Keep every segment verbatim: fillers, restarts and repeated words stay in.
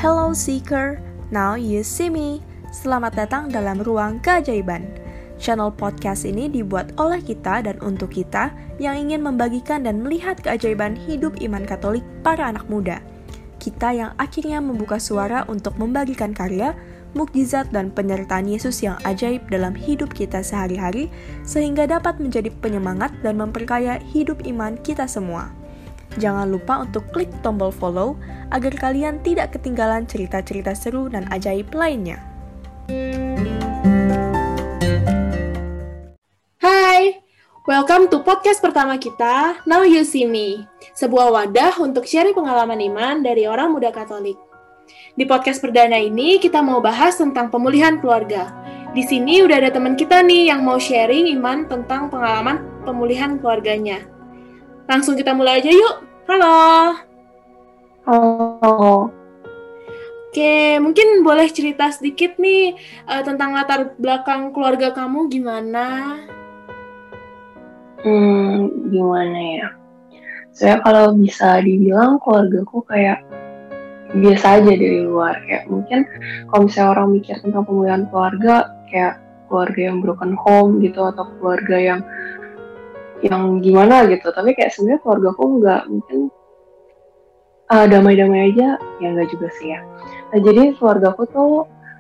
Hello Seeker, now you see me. Selamat datang dalam Ruang Keajaiban. Channel podcast ini dibuat oleh kita dan untuk kita yang ingin membagikan dan melihat keajaiban hidup iman Katolik para anak muda. Kita yang akhirnya membuka suara untuk membagikan karya, mukjizat dan penyertaan Yesus yang ajaib dalam hidup kita sehari-hari sehingga dapat menjadi penyemangat dan memperkaya hidup iman kita semua. Jangan lupa untuk klik tombol follow agar kalian tidak ketinggalan cerita-cerita seru dan ajaib lainnya. Hai, welcome to podcast pertama kita, Now You See Me, sebuah wadah untuk sharing pengalaman iman dari orang muda Katolik. Di podcast perdana ini, kita mau bahas tentang pemulihan keluarga. Di sini udah ada teman kita nih yang mau sharing iman tentang pengalaman pemulihan keluarganya. Langsung kita mulai aja yuk. Halo. Halo. Oke, mungkin boleh cerita sedikit nih uh, tentang latar belakang keluarga kamu gimana? Hmm, gimana ya? Saya kalau bisa dibilang keluargaku kayak biasa aja dari luar. Kayak mungkin kalau misalnya orang mikir tentang pemulihan keluarga, kayak keluarga yang broken home gitu atau keluarga yang yang gimana gitu. Tapi kayak sebenarnya keluargaku nggak mungkin uh, damai-damai aja, ya nggak juga sih ya. Nah, jadi keluargaku tuh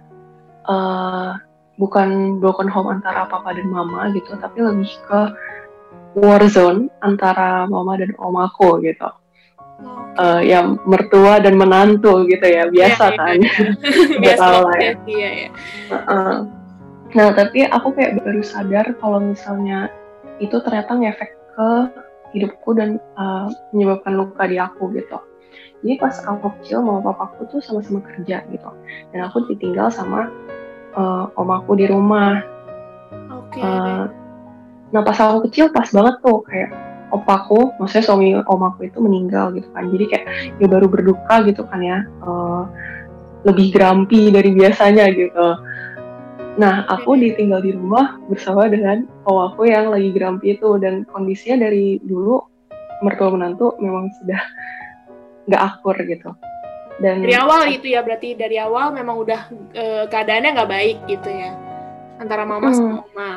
uh, bukan broken home antara papa dan mama gitu, tapi lebih ke war zone antara mama dan omaku gitu. Uh, yang mertua dan menantu gitu ya, biasa ya, kan ya, ya. Biasa lah ya, ya, ya. Uh-uh. Nah tapi aku kayak baru sadar kalau misalnya itu ternyata ngefek ke hidupku dan uh, menyebabkan luka di aku gitu. Jadi pas aku kecil mama papaku tuh sama-sama kerja gitu, dan aku ditinggal sama uh, omaku di rumah. Oke. Okay. Uh, nah pas aku kecil pas banget tuh kayak opaku, maksudnya suami omaku itu meninggal gitu kan. Jadi kayak dia baru berduka gitu kan ya, uh, lebih grumpy dari biasanya gitu. Nah, aku ditinggal di rumah bersama dengan omaku yang lagi grumpy itu, dan kondisinya dari dulu mertua menantu memang sudah nggak akur gitu. Dan dari awal itu ya, berarti dari awal memang udah e, keadaannya nggak baik gitu ya antara mama hmm, sama oma.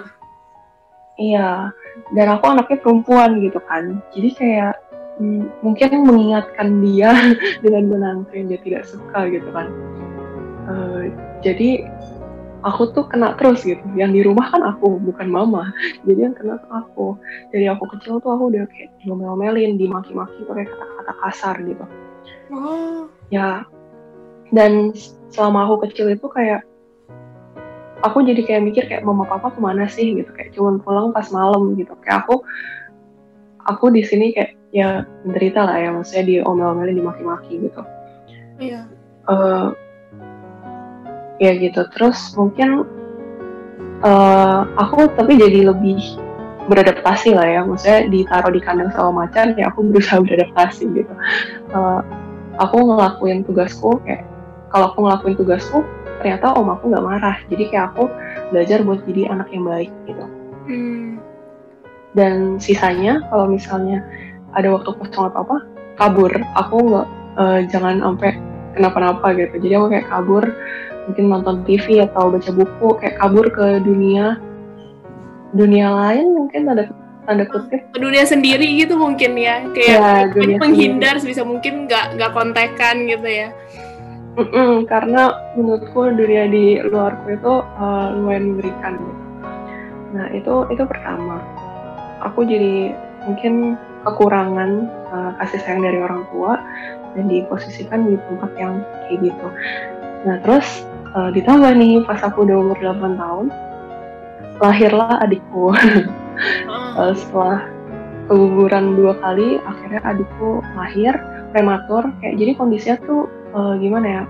Iya, dan aku anaknya perempuan gitu kan, jadi kayak hmm, mungkin mengingatkan dia dengan menantu yang dia tidak suka gitu kan. Uh, jadi aku tuh kena terus gitu, yang di rumah kan aku, bukan mama, jadi yang kena tuh aku. Dari aku kecil tuh aku udah kayak diomel-omelin, dimaki-maki pakai kata-kata kasar gitu. Oh. Ya, dan selama aku kecil itu kayak aku jadi kayak mikir kayak mama papa kemana sih gitu, kayak cuma pulang pas malam gitu. Kayak aku aku di sini kayak ya menderita lah ya, maksudnya diomel-omelin, dimaki-maki gitu. Iya. Uh, ya gitu. Terus mungkin uh, aku tapi jadi lebih beradaptasi lah ya, maksudnya ditaruh di kandang sama macan ya aku berusaha beradaptasi gitu. Uh, aku ngelakuin tugasku, kayak kalau aku ngelakuin tugasku ternyata om aku nggak marah, jadi kayak aku belajar buat jadi anak yang baik gitu. Hmm. Dan sisanya kalau misalnya ada waktu kosong apa apa kabur, aku nggak uh, jangan sampai kenapa-napa gitu. Jadi aku kayak kabur, mungkin nonton T V atau baca buku, kayak kabur ke dunia dunia lain, mungkin ada tanda kutip ke dunia sendiri gitu mungkin ya, kayak ya, menghindar sebisa mungkin, nggak nggak kontekan gitu ya. Mm-mm, karena menurutku dunia di luarku itu uh, lumayan mengerikan gitu. Nah itu itu pertama, aku jadi mungkin kekurangan uh, kasih sayang dari orang tua dan diposisikan di tempat yang kayak gitu. Nah terus uh, ditambah nih pas aku udah umur delapan tahun lahirlah adikku. uh, setelah keguguran dua kali akhirnya adikku lahir prematur, kayak jadi kondisinya tuh uh, gimana ya,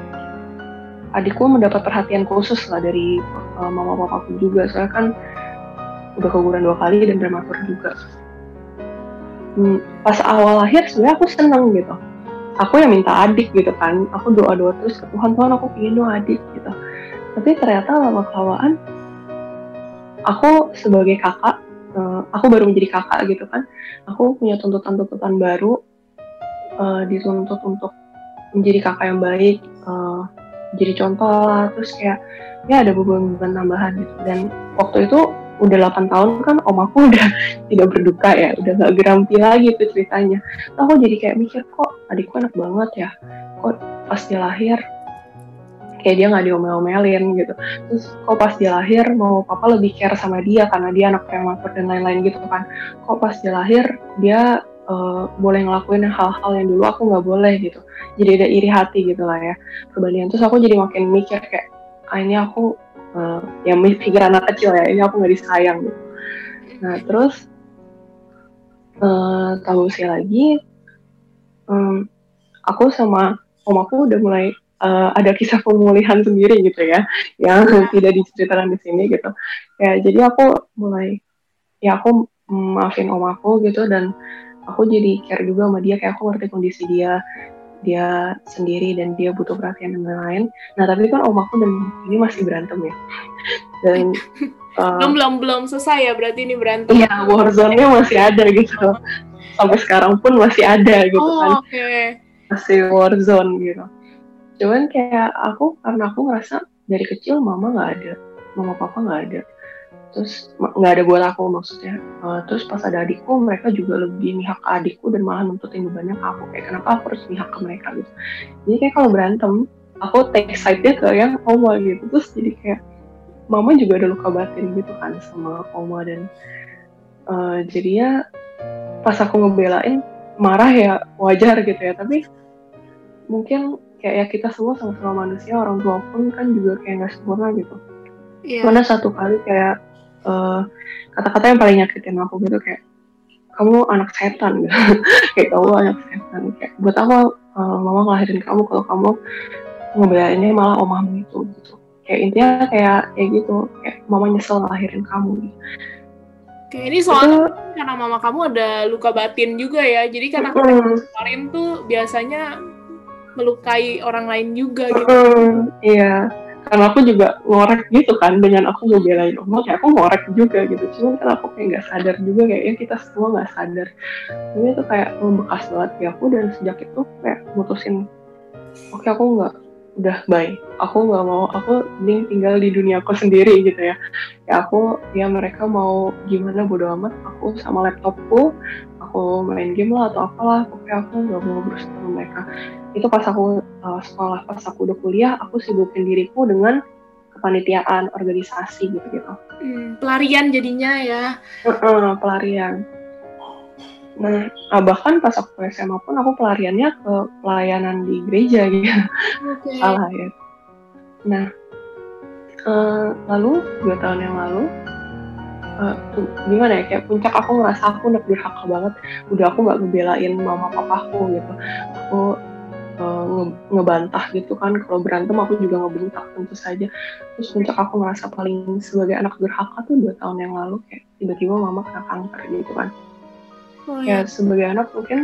adikku mendapat perhatian khusus lah dari uh, mama papaku juga, soalnya kan udah keguguran dua kali dan prematur juga. Hmm, pas awal lahir sebenarnya aku seneng gitu, aku yang minta adik gitu kan, aku doa-doa terus ke Tuhan, Tuhan aku pengen dong adik gitu. Tapi ternyata lama-kelamaan aku sebagai kakak, uh, aku baru menjadi kakak gitu kan, aku punya tuntutan-tuntutan baru, uh, dituntut untuk menjadi kakak yang baik, uh, jadi contoh lah, terus kayak ya ada beban-beban tambahan gitu. Dan waktu itu udah delapan tahun kan om aku udah tidak berduka ya, udah gak gerampi lagi tuh ceritanya. Terus aku jadi kayak mikir, kok adikku enak banget ya, kok pas dia lahir kayak dia gak diomel-omelin gitu. Terus kok pas dia lahir mau papa lebih care sama dia karena dia anak prematur dan lain-lain gitu kan. Kok pas dia lahir dia uh, boleh ngelakuin hal-hal yang dulu aku gak boleh gitu. Jadi ada iri hati gitu lah ya perbandingan. Terus aku jadi makin mikir kayak, ah ini aku uh, yang pikir anak kecil ya, ini aku gak disayang gitu. Nah terus uh, tahu usia lagi um, aku sama om aku udah mulai Uh, ada kisah pemulihan sendiri gitu ya, yang tidak diceritakan di sini gitu. Ya, jadi aku mulai, ya aku maafin om aku gitu, dan aku jadi care juga sama dia, kayak aku ngerti kondisi dia, dia sendiri dan dia butuh perhatian dan lain-lain. Nah tapi kan om aku dan ini masih berantem ya. Dan uh, belum belum belum selesai ya berarti ini berantem. Iya, warzone-nya masih ada gitu. Sampai sekarang pun masih ada gitu oh, kan. Okay. Masih warzone gitu. Cuman kayak aku, karena aku ngerasa dari kecil mama gak ada, mama papa gak ada, terus gak ada buat aku maksudnya. Uh, terus pas ada adikku, mereka juga lebih mihak ke adikku dan malah nuntutin bebannya ke aku, kayak kenapa aku harus mihak ke mereka gitu. Jadi kayak kalau berantem, aku take side-nya ke yang oma gitu. Terus jadi kayak mama juga ada luka batin gitu kan sama oma, dan uh, jadinya pas aku ngebelain marah ya wajar gitu ya, tapi mungkin kayak ya kita semua sama-sama manusia, orang tua pun kan juga kayak nggak sempurna gitu. Yeah. Mana satu kali kayak uh, kata-kata yang paling nyakitin aku gitu, kayak kamu anak setan gitu. Kayak kamu anak setan, kayak buat apa uh, mama ngelahirin kamu kalau kamu ngebelainnya malah omahmu itu gitu. Kayak intinya kayak kayak gitu, kayak mama nyesel ngelahirin kamu gitu. Kayak ini soalnya itu, karena mama kamu ada luka batin juga ya, jadi kata-kata mm, kemarin tuh biasanya melukai orang lain juga gitu. Mm, iya, karena aku juga ngorek gitu kan, dengan aku ngebelain oma, kayak aku ngorek juga gitu. Cuman kan aku kayak nggak sadar juga, kayak ya kita semua nggak sadar. Jadi itu kayak membekas banget di aku, dan sejak itu kayak mutusin, oke okay, aku nggak, udah bye. Aku nggak mau, aku mending tinggal di dunia aku sendiri gitu ya. Ya aku, ya mereka mau gimana bodo amat, aku sama laptopku, aku main game lah atau apalah, pokoknya aku nggak mau berusaha sama mereka. Itu pas aku uh, sekolah, pas aku udah kuliah, aku sibukin diriku dengan kepanitiaan, organisasi gitu-gitu. Hmm, pelarian jadinya ya? Uh-uh, pelarian. Nah, bahkan pas aku S M A pun aku pelariannya ke pelayanan di gereja gitu. Okay. Salah ya. Nah, uh, lalu dua tahun yang lalu, uh, tuh, gimana ya, kayak puncak aku ngerasa aku udah durhaka banget. Udah aku gak ngebelain mama papaku gitu. Aku Nge- ngebantah gitu kan, kalau berantem aku juga ngebentak tentu saja. Terus puncak aku ngerasa paling sebagai anak durhaka tuh dua tahun yang lalu, kayak tiba-tiba mama kena kanker gitu kan. Oh, ya sebagai anak mungkin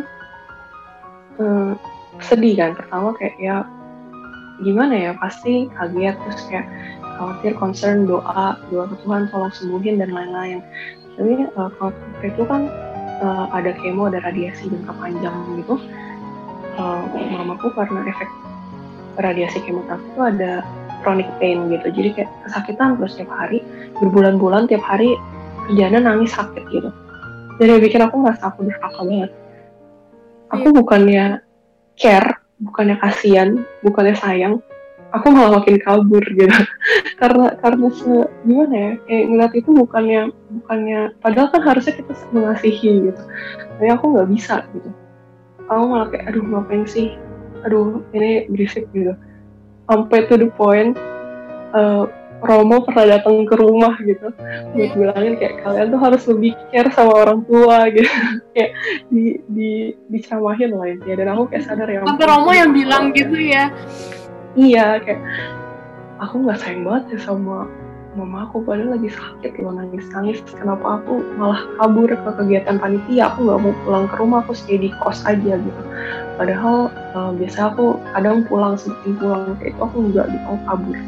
hmm, sedih kan, pertama kayak ya gimana ya, pasti kaget, terus kayak khawatir, concern, doa doa ke Tuhan tolong sembuhin dan lain-lain. Tapi uh, kalau itu kan uh, ada kemo, ada radiasi jangka panjang gitu. Uh, mamaku karena efek radiasi kemoterapi itu ada chronic pain gitu, jadi kayak kesakitan terus tiap hari, berbulan-bulan tiap hari kerjanya nangis sakit gitu. Jadi bikin aku ngerasa aku durhaka banget. Aku bukannya care, bukannya kasihan, bukannya sayang, aku malah makin kabur gitu. karena karena se gimana ya, kayak ngeliat itu bukannya bukannya padahal kan harusnya kita mengasihi gitu, tapi aku nggak bisa gitu. Aku malah kayak, aduh ngapain sih, aduh ini berisik gitu. Sampai to the point, uh, Romo pernah datang ke rumah gitu, buat bilangin kayak kalian tuh harus lebih care sama orang tua gitu. Kayak di di dicamahin lah intinya, dan aku kayak sadar ya. Sampai Romo yang bilang gitu ya? Iya, kayak aku nggak sayang banget ya sama mama aku, padahal lagi sakit loh, nangis-nangis. Kenapa aku malah kabur ke kegiatan panitia? Aku nggak mau pulang ke rumah, aku stay di kos aja gitu. Padahal uh, biasa aku kadang pulang, semakin pulang kayak itu aku nggak gitu, aku kabur.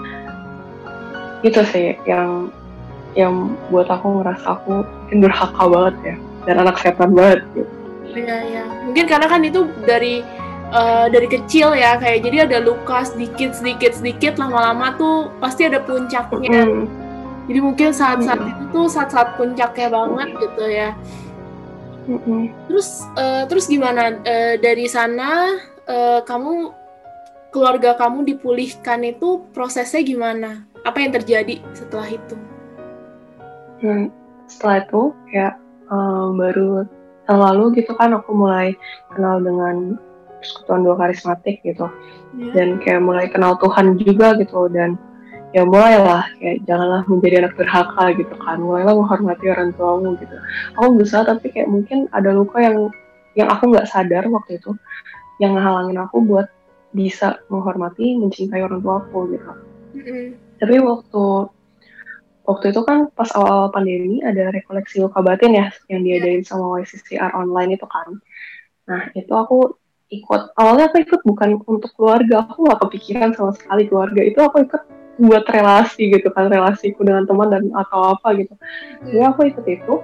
Itu sih yang yang buat aku ngerasa aku durhaka banget ya, dan anak setan banget gitu. Iya, iya. Mungkin karena kan itu dari uh, dari kecil ya, kayak jadi ada luka sedikit sedikit sedikit lama-lama tuh pasti ada puncaknya. Mm. Jadi mungkin saat-saat mm. itu tuh saat-saat puncaknya banget gitu ya. Mm-mm. Terus uh, terus gimana uh, dari sana uh, kamu keluarga kamu dipulihkan itu prosesnya gimana? Apa yang terjadi setelah itu? Hmm, setelah itu kayak um, baru tahun lalu gitu kan aku mulai kenal dengan persekutuan doa karismatik gitu, yeah. Dan kayak mulai kenal Tuhan juga gitu, dan ya mulailah kayak janganlah menjadi anak durhaka gitu kan, mulailah menghormati orang tuamu gitu. Aku berusaha tapi kayak mungkin ada luka yang yang aku nggak sadar waktu itu yang ngehalangin aku buat bisa menghormati, mencintai orang tuaku gitu. Mm-hmm. Tapi waktu waktu itu kan pas awal pandemi ada rekoleksi luka batin ya yang diadain sama Y C C R online itu kan. Nah itu aku ikut, awalnya aku ikut bukan untuk keluarga, aku nggak kepikiran sama sekali keluarga, itu aku ikut buat relasi gitu kan, relasiku dengan teman dan atau apa gitu. Jadi aku ikut itu,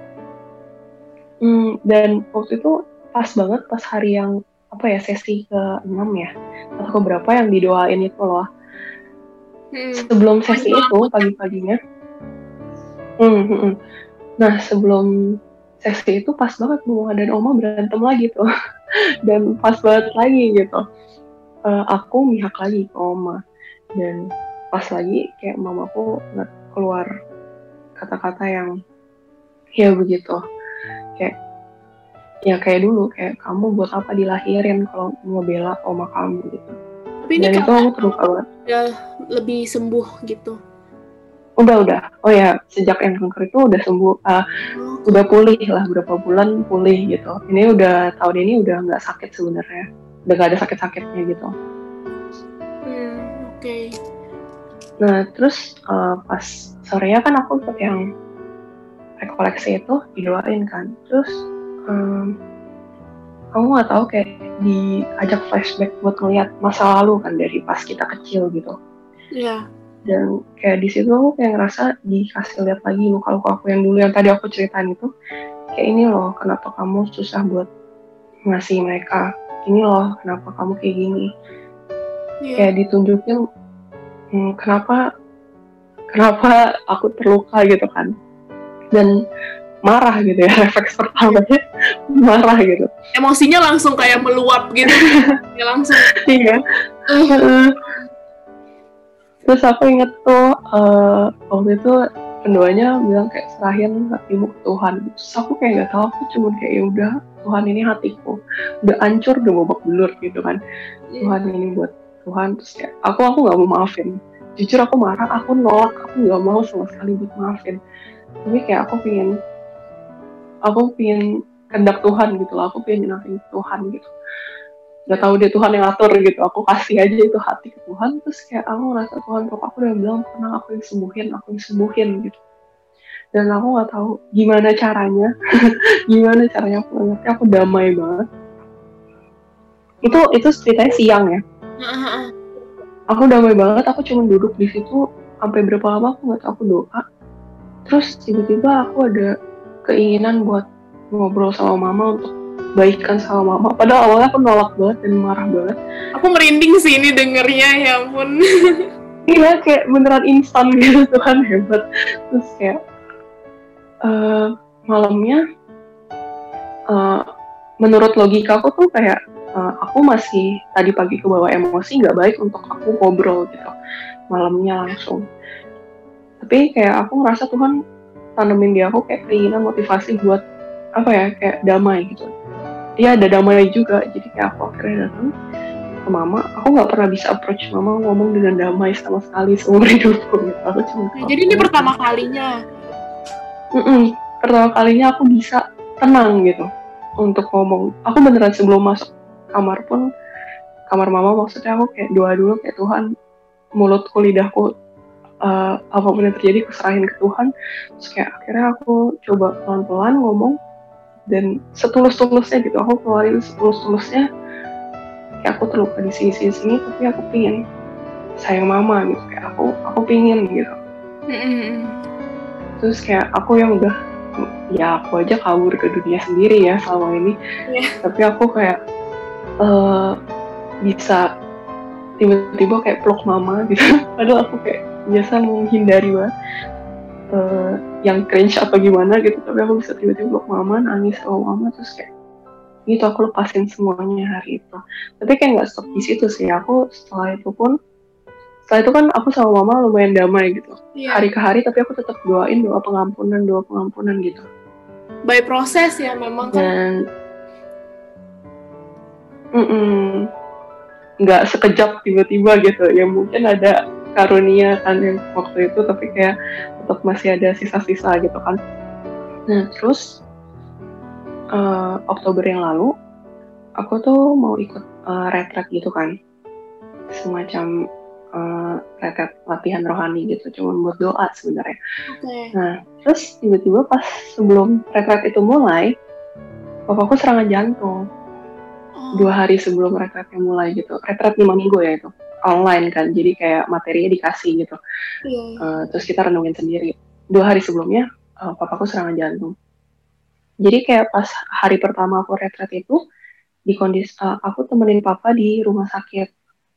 hmm, dan waktu itu pas banget pas hari yang apa ya sesi ke enam ya atau ke berapa yang didoain itu loh. Hmm. Sebelum sesi itu pagi-paginya, hmm, hmm, hmm. nah sebelum sesi itu pas banget Mama dan Oma berantem lagi tuh. Dan pas banget lagi gitu, uh, aku mihak lagi ke Oma, dan pas lagi kayak mamaku keluar kata-kata yang ya begitu, kayak ya kayak dulu kayak kamu buat apa dilahirin kalau mau bela Oma kamu gitu. Tapi ini dan itu aku terluka banget. Udah lebih sembuh gitu? Udah udah, oh ya sejak yang kanker itu udah sembuh, uh, oh. udah pulih lah beberapa bulan pulih gitu. Ini udah tahun ini udah nggak sakit sebenarnya, udah nggak ada sakit-sakitnya gitu. Hmm, oke. Okay. Nah terus uh, pas sorenya kan aku ikut yang rekoleksi itu didoain kan, terus um, kamu nggak tahu kayak diajak flashback buat ngeliat masa lalu kan dari pas kita kecil gitu. Iya. Yeah. Dan kayak di situ aku kayak ngerasa dikasih lihat lagi luka-luka aku yang dulu yang tadi aku ceritain itu, kayak ini loh kenapa kamu susah buat ngasih mereka, ini loh kenapa kamu kayak gini. Yeah. Kayak ditunjukin hmm, kenapa kenapa aku terluka gitu kan, dan marah gitu ya, refleks pertamanya marah gitu, emosinya langsung kayak meluap gitu. Ya langsung iya. Terus aku inget tuh uh, waktu itu pendoanya bilang kayak serahin hatimu ke Tuhan. Terus aku kayak nggak tahu, aku cuma kayak ya udah Tuhan ini hatiku udah hancur, udah babak belur gitu kan. Yeah. Tuhan ini buat Tuhan. Terus kayak aku aku nggak mau maafin. Jujur aku marah, aku nolak, aku nggak mau sama sekali buat maafin. Tapi kayak aku pengen, aku pengen kehendak Tuhan gitu lah. Aku pengen nyenangin Tuhan gitu. Gak tahu deh Tuhan yang atur gitu, aku kasih aja itu hati ke Tuhan. Terus kayak aku ngerasa Tuhan peluk aku udah bilang tenang, aku yang sembuhin, aku yang sembuhin gitu. Dan aku gak tahu gimana caranya, gimana caranya aku ngerti, aku damai banget. Itu itu ceritanya siang ya. Aku damai banget, aku cuma duduk di situ sampai berapa lama aku nggak tahu, aku doa. Terus tiba-tiba aku ada keinginan buat ngobrol sama Mama untuk baikan sama Mama, padahal awalnya aku nolak banget dan marah banget. Aku merinding sih ini dengernya, ya ampun. Iya kayak beneran instan gitu, Tuhan hebat. Terus kayak uh, malamnya uh, menurut logika aku tuh kayak uh, aku masih tadi pagi kebawa emosi, nggak baik untuk aku ngobrol gitu malamnya langsung. Tapi kayak aku ngerasa Tuhan tanemin di aku kayak keinginan motivasi buat apa ya, kayak damai gitu. Iya ada damai juga, jadi kayak aku akhirnya datang ke Mama. Aku nggak pernah bisa approach Mama ngomong dengan damai sama sekali seumur hidupku gitu. Aku cuma nah, jadi ini pertama kalinya. Mm-mm, pertama kalinya aku bisa tenang gitu untuk ngomong. Aku beneran sebelum masuk kamar pun, kamar Mama maksudnya, aku kayak doa dulu kayak Tuhan, mulutku lidahku uh, apapun yang terjadi aku serahin ke Tuhan. Terus kayak akhirnya aku coba pelan-pelan ngomong. Dan setulus-tulusnya gitu, aku keluarin setulus-tulusnya, kayak aku terluka di sini-sini, tapi aku pengen sayang Mama gitu, kayak aku aku pengen gitu. Mm-hmm. Terus kayak aku yang udah, ya aku aja kabur ke dunia sendiri ya selama ini, yeah. Tapi aku kayak uh, bisa tiba-tiba kayak peluk mama gitu. Padahal aku kayak biasa menghindari banget uh, yang cringe atau gimana gitu, tapi aku bisa tiba-tiba peluk mama, nangis sama mama, terus kayak gitu aku lepasin semuanya hari itu. Tapi kayak nggak stop di situ sih, aku setelah itu pun setelah itu kan aku sama mama lumayan damai gitu, yeah. Hari ke hari, tapi aku tetap doain doa pengampunan doa pengampunan gitu. By proses ya memang kan. Dan mm nggak sekejap tiba-tiba gitu, ya mungkin ada karunia kan yang waktu itu, tapi kayak tetap masih ada sisa-sisa gitu kan. Nah terus uh, Oktober yang lalu aku tuh mau ikut uh, retret gitu kan, semacam uh, retret latihan rohani gitu, cuma buat doa sebenarnya. Okay. Nah terus tiba-tiba pas sebelum retret itu mulai, papaku serangan jantung. Dua hari sebelum retretnya mulai gitu, retret lima minggu ya itu, online kan, jadi kayak materinya dikasih gitu, yeah. uh, terus kita renungin sendiri. Dua hari sebelumnya, uh, papaku serangan jantung. Jadi kayak pas hari pertama aku retret itu, di kondisi uh, aku temenin papa di rumah sakit.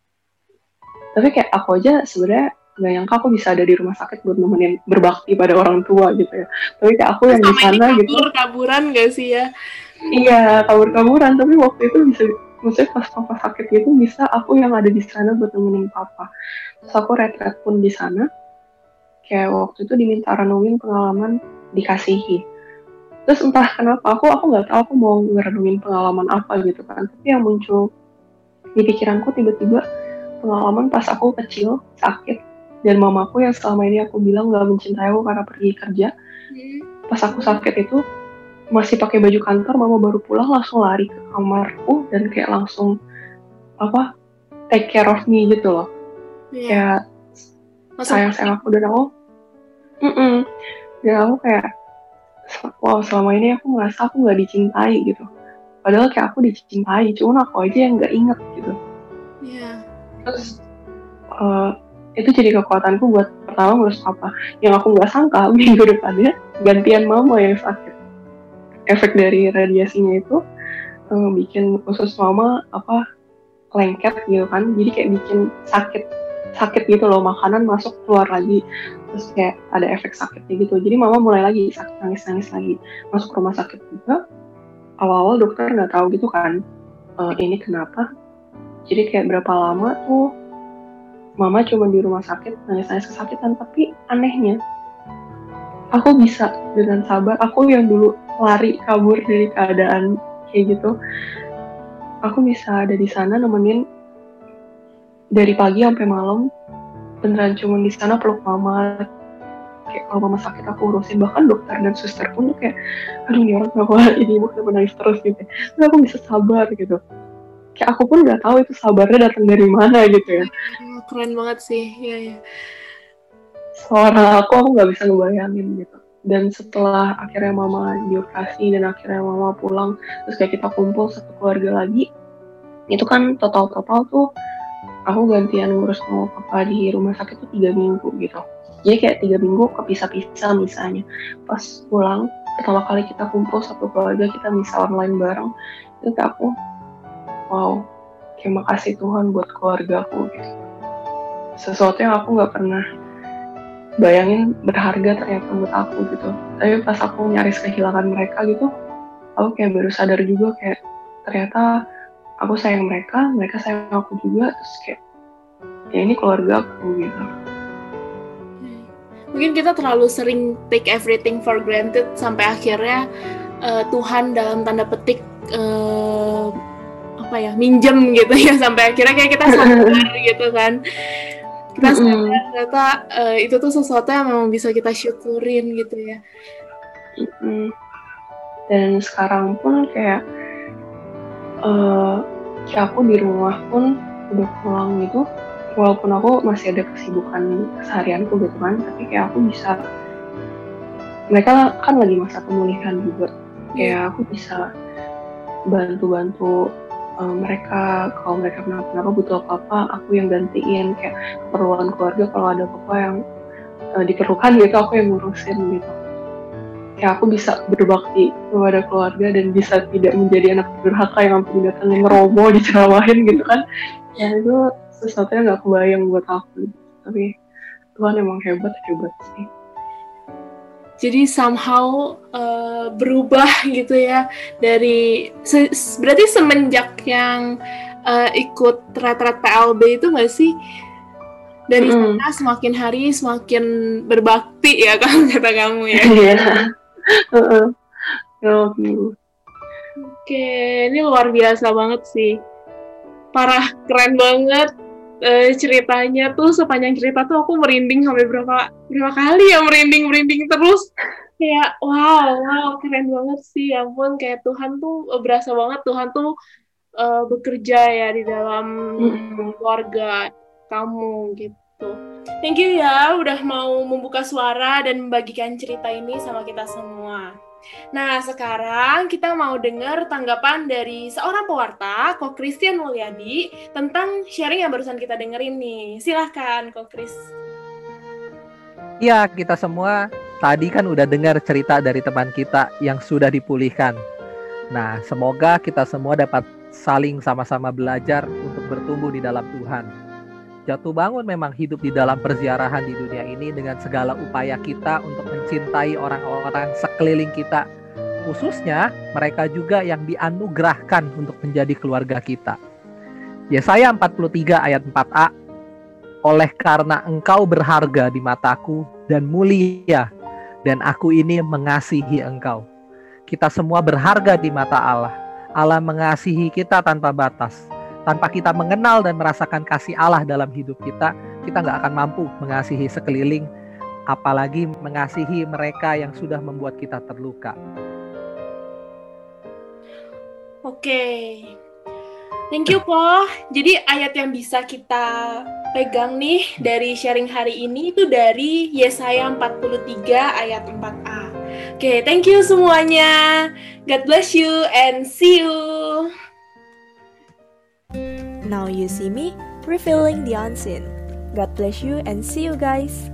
Tapi kayak aku aja sebenarnya nggak nyangka aku bisa ada di rumah sakit buat nemenin berbakti pada orang tua gitu ya. Tapi kayak aku yang di sana gitu. Kabur-kaburan gak sih ya? Iya, kabur-kaburan, tapi waktu itu bisa, maksudnya pas papa sakit gitu bisa aku yang ada di sana buat nemenin papa. Terus aku retret pun di sana, kayak waktu itu diminta renungin pengalaman dikasihi. Terus entah kenapa aku aku nggak tahu aku mau ngerenungin pengalaman apa gitu kan, tapi yang muncul di pikiranku tiba-tiba pengalaman pas aku kecil sakit dan mamaku yang selama ini aku bilang nggak mencintai aku karena pergi kerja. Pas aku sakit itu masih pakai baju kantor, mama baru pulang langsung lari ke kamarku dan kayak langsung apa take care of me gitu loh, yeah. Kayak sayang-sayang aku dan aku mm dan aku kayak wow, selama ini aku ngerasa aku nggak dicintai gitu, padahal kayak aku dicintai, cuman aku aja yang nggak inget gitu. Yeah. Terus uh, itu jadi kekuatanku buat pertama ngurus papa, yang aku nggak sangka minggu depannya gantian mama yang sakit. Efek dari radiasinya itu um, bikin usus mama apa lengket gitu kan, jadi kayak bikin sakit sakit gitu loh, makanan masuk keluar lagi, terus kayak ada efek sakitnya gitu. Jadi mama mulai lagi sakit, nangis nangis lagi, masuk rumah sakit juga. Awal-awal dokter nggak tahu gitu kan uh, ini kenapa. Jadi kayak berapa lama tuh mama cuma di rumah sakit nangis nangis kesakitan, tapi anehnya aku bisa dengan sabar, aku yang dulu lari kabur dari keadaan kayak gitu, aku bisa ada di sana nemenin dari pagi sampai malam, beneran cuma di sana peluk mama, kayak kalau mama sakit aku urusin, bahkan dokter dan suster pun tuh kayak aduh ini orang kenapa ini ibu kenapa nangis terus gitu, tapi aku bisa sabar gitu, kayak aku pun nggak tahu itu sabarnya datang dari mana gitu ya. Keren banget sih, ya ya. Suara aku aku nggak bisa ngebayangin gitu. Dan setelah akhirnya mama dioperasi dan akhirnya mama pulang, terus kayak kita kumpul satu keluarga lagi, itu kan total-total tuh aku gantian ngurus sama papa di rumah sakit tuh tiga minggu gitu. Jadi kayak tiga minggu kepisah-pisah misalnya. Pas pulang pertama kali kita kumpul satu keluarga, kita misal online bareng, itu kayak aku wow, kayak makasih Tuhan buat keluargaku gitu. Sesuatu yang aku nggak pernah bayangin berharga ternyata buat aku gitu. Tapi pas aku nyaris kehilangan mereka gitu, aku kayak baru sadar juga kayak ternyata aku sayang mereka, mereka sayang aku juga, terus kayak ya ini keluarga aku gitu. Mungkin kita terlalu sering take everything for granted sampai akhirnya uh, Tuhan dalam tanda petik uh, apa ya minjem gitu ya, sampai akhirnya kayak kita sadar gitu kan. Kita sadar mm-hmm. ternyata uh, itu tuh sesuatu yang memang bisa kita syukurin gitu ya. Mm-hmm. Dan sekarang pun kayak uh, kayak aku di rumah pun udah pulang gitu, walaupun aku masih ada kesibukan keseharianku gitu kan, tapi kayak aku bisa, mereka kan lagi masa pemulihan juga, kayak aku bisa bantu-bantu Uh, mereka, kalau mereka kenapa-kenapa butuh apa-apa, aku yang gantiin, kayak keperluan keluarga kalau ada apa-apa yang uh, diperlukan gitu, aku yang ngurusin gitu. kayak aku bisa berbakti kepada keluarga dan bisa tidak menjadi anak durhaka yang sampai datangin ngeromo diceramahin gitu kan. Ya itu sesuatu yang gak kebayang buat aku. Tapi Tuhan emang hebat-hebat sih. Jadi somehow uh, berubah gitu ya dari se- berarti semenjak yang uh, ikut ret-ret P L B itu nggak sih dari mm. sana semakin hari semakin berbakti ya kalau kata kamu ya. Iya. Oke, ini luar biasa banget sih, parah keren banget. Uh, ceritanya tuh sepanjang cerita tuh aku merinding sampai berapa berapa kali ya merinding merinding terus kayak wow wow keren banget sih, ya ampun, kayak Tuhan tuh uh, berasa banget Tuhan tuh uh, bekerja ya di dalam mm. keluarga kamu gitu. Thank you ya udah mau membuka suara dan membagikan cerita ini sama kita semua. Nah, sekarang kita mau dengar tanggapan dari seorang pewarta, Ko Christian Mulyadi, tentang sharing yang barusan kita dengerin nih. Silahkan, Ko Chris. Iya, kita semua tadi kan udah dengar cerita dari teman kita yang sudah dipulihkan. Nah, semoga kita semua dapat saling sama-sama belajar untuk bertumbuh di dalam Tuhan. Jatuh bangun memang hidup di dalam perziarahan di dunia ini dengan segala upaya kita untuk mencintai orang-orang sekeliling kita, khususnya mereka juga yang dianugerahkan untuk menjadi keluarga kita. Yesaya empat puluh tiga ayat empat a, oleh karena engkau berharga di mataku dan mulia, dan aku ini mengasihi engkau. Kita semua berharga di mata Allah. Allah mengasihi kita tanpa batas. Tanpa kita mengenal dan merasakan kasih Allah dalam hidup kita, kita nggak akan mampu mengasihi sekeliling, apalagi mengasihi mereka yang sudah membuat kita terluka. Oke, thank you Po. Jadi ayat yang bisa kita pegang nih dari sharing hari ini itu dari Yesaya empat puluh tiga ayat empat a. Oke, thank you semuanya. God bless you and see you. Now you see me, revealing the unseen. God bless you and see you guys.